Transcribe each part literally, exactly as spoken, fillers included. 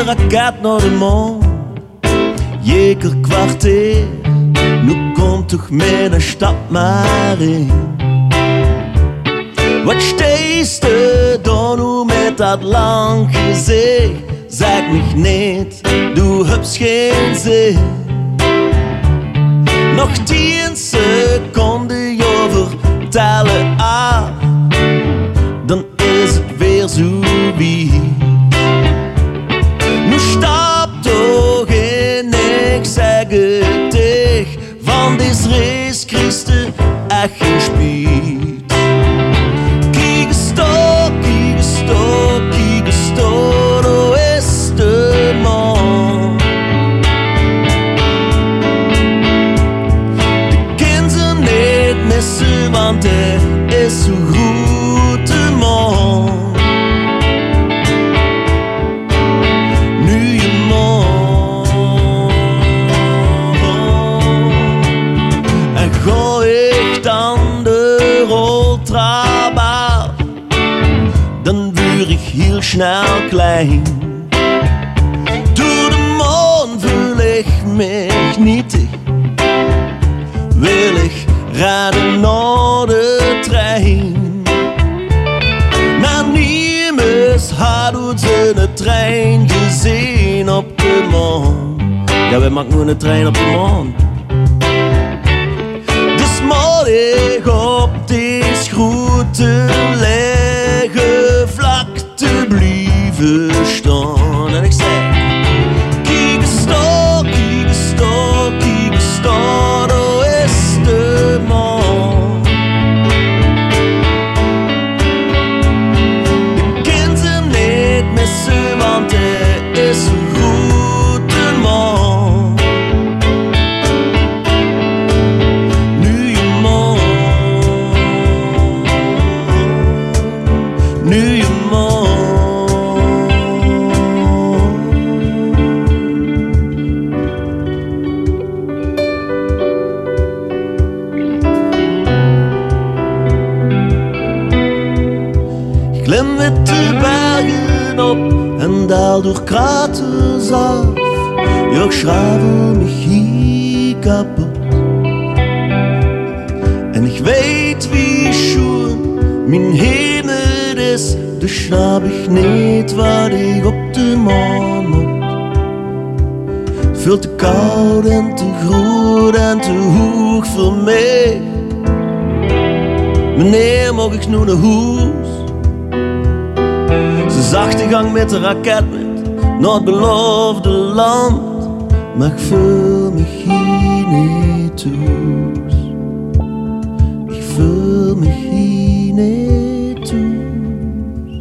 de raket naar de maan. Jeker kwartier, nu komt toch mijn stad maar in. Wat steest er dan nu met dat lang gezicht? Zeg mich niet, du hebt geen zin. Nog tien seconden je vertellen af, dan is het weer zo wie. Nu stap toch in, ik zeg het dich, van deze race Christen echt geen spiet. Kieke stop, kieke stop, kieke stop, oh is de man. De kinderen niet missen, want hij is zo goed de man. Gooi ik dan de roltrabel, dan word ik heel snel klein. Door de maan voel ik mich nietig, wil ik rijden naar de trein. Maar niemand had ooit een trein gezien op de maan. Ja, wij maken nu een trein op de maan. Moet ik op die grote lege vlakte blijven staan. En ik zeg, kieke stop, kieke stop, kieke stop, oh is de man. De kinderen niet missen, want hij is een goede man. Nu je man. Ik klim met de bergen op en daal door kraters af. Ja, ik schravel mich hier kapot. En ik weet wie schon mijn hemel is, dus snap ik niet wat ik op de maan moet. Veel te koud en te groot en te hoog voor mij. Meneer, mag ik nu naar huis? Ze zachte gang met de raket met naar het beloofde land, maar ik voel me hier niet thuis. Ik voel me hier niet thuis.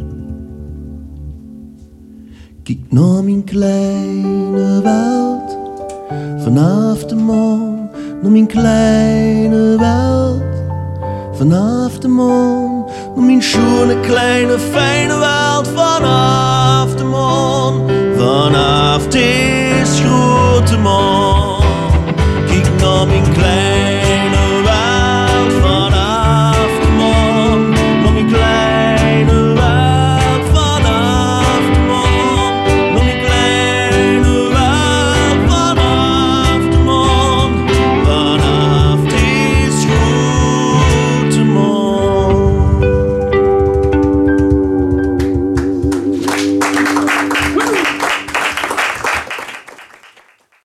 Kijk naar mijn kleine wereld, vanaf de maan, naar mijn kleine wereld, vanaf de maan, naar mijn schone kleine fijne wereld, vanaf de maan, vanaf deze grote maan. Kijk naar mijn kleine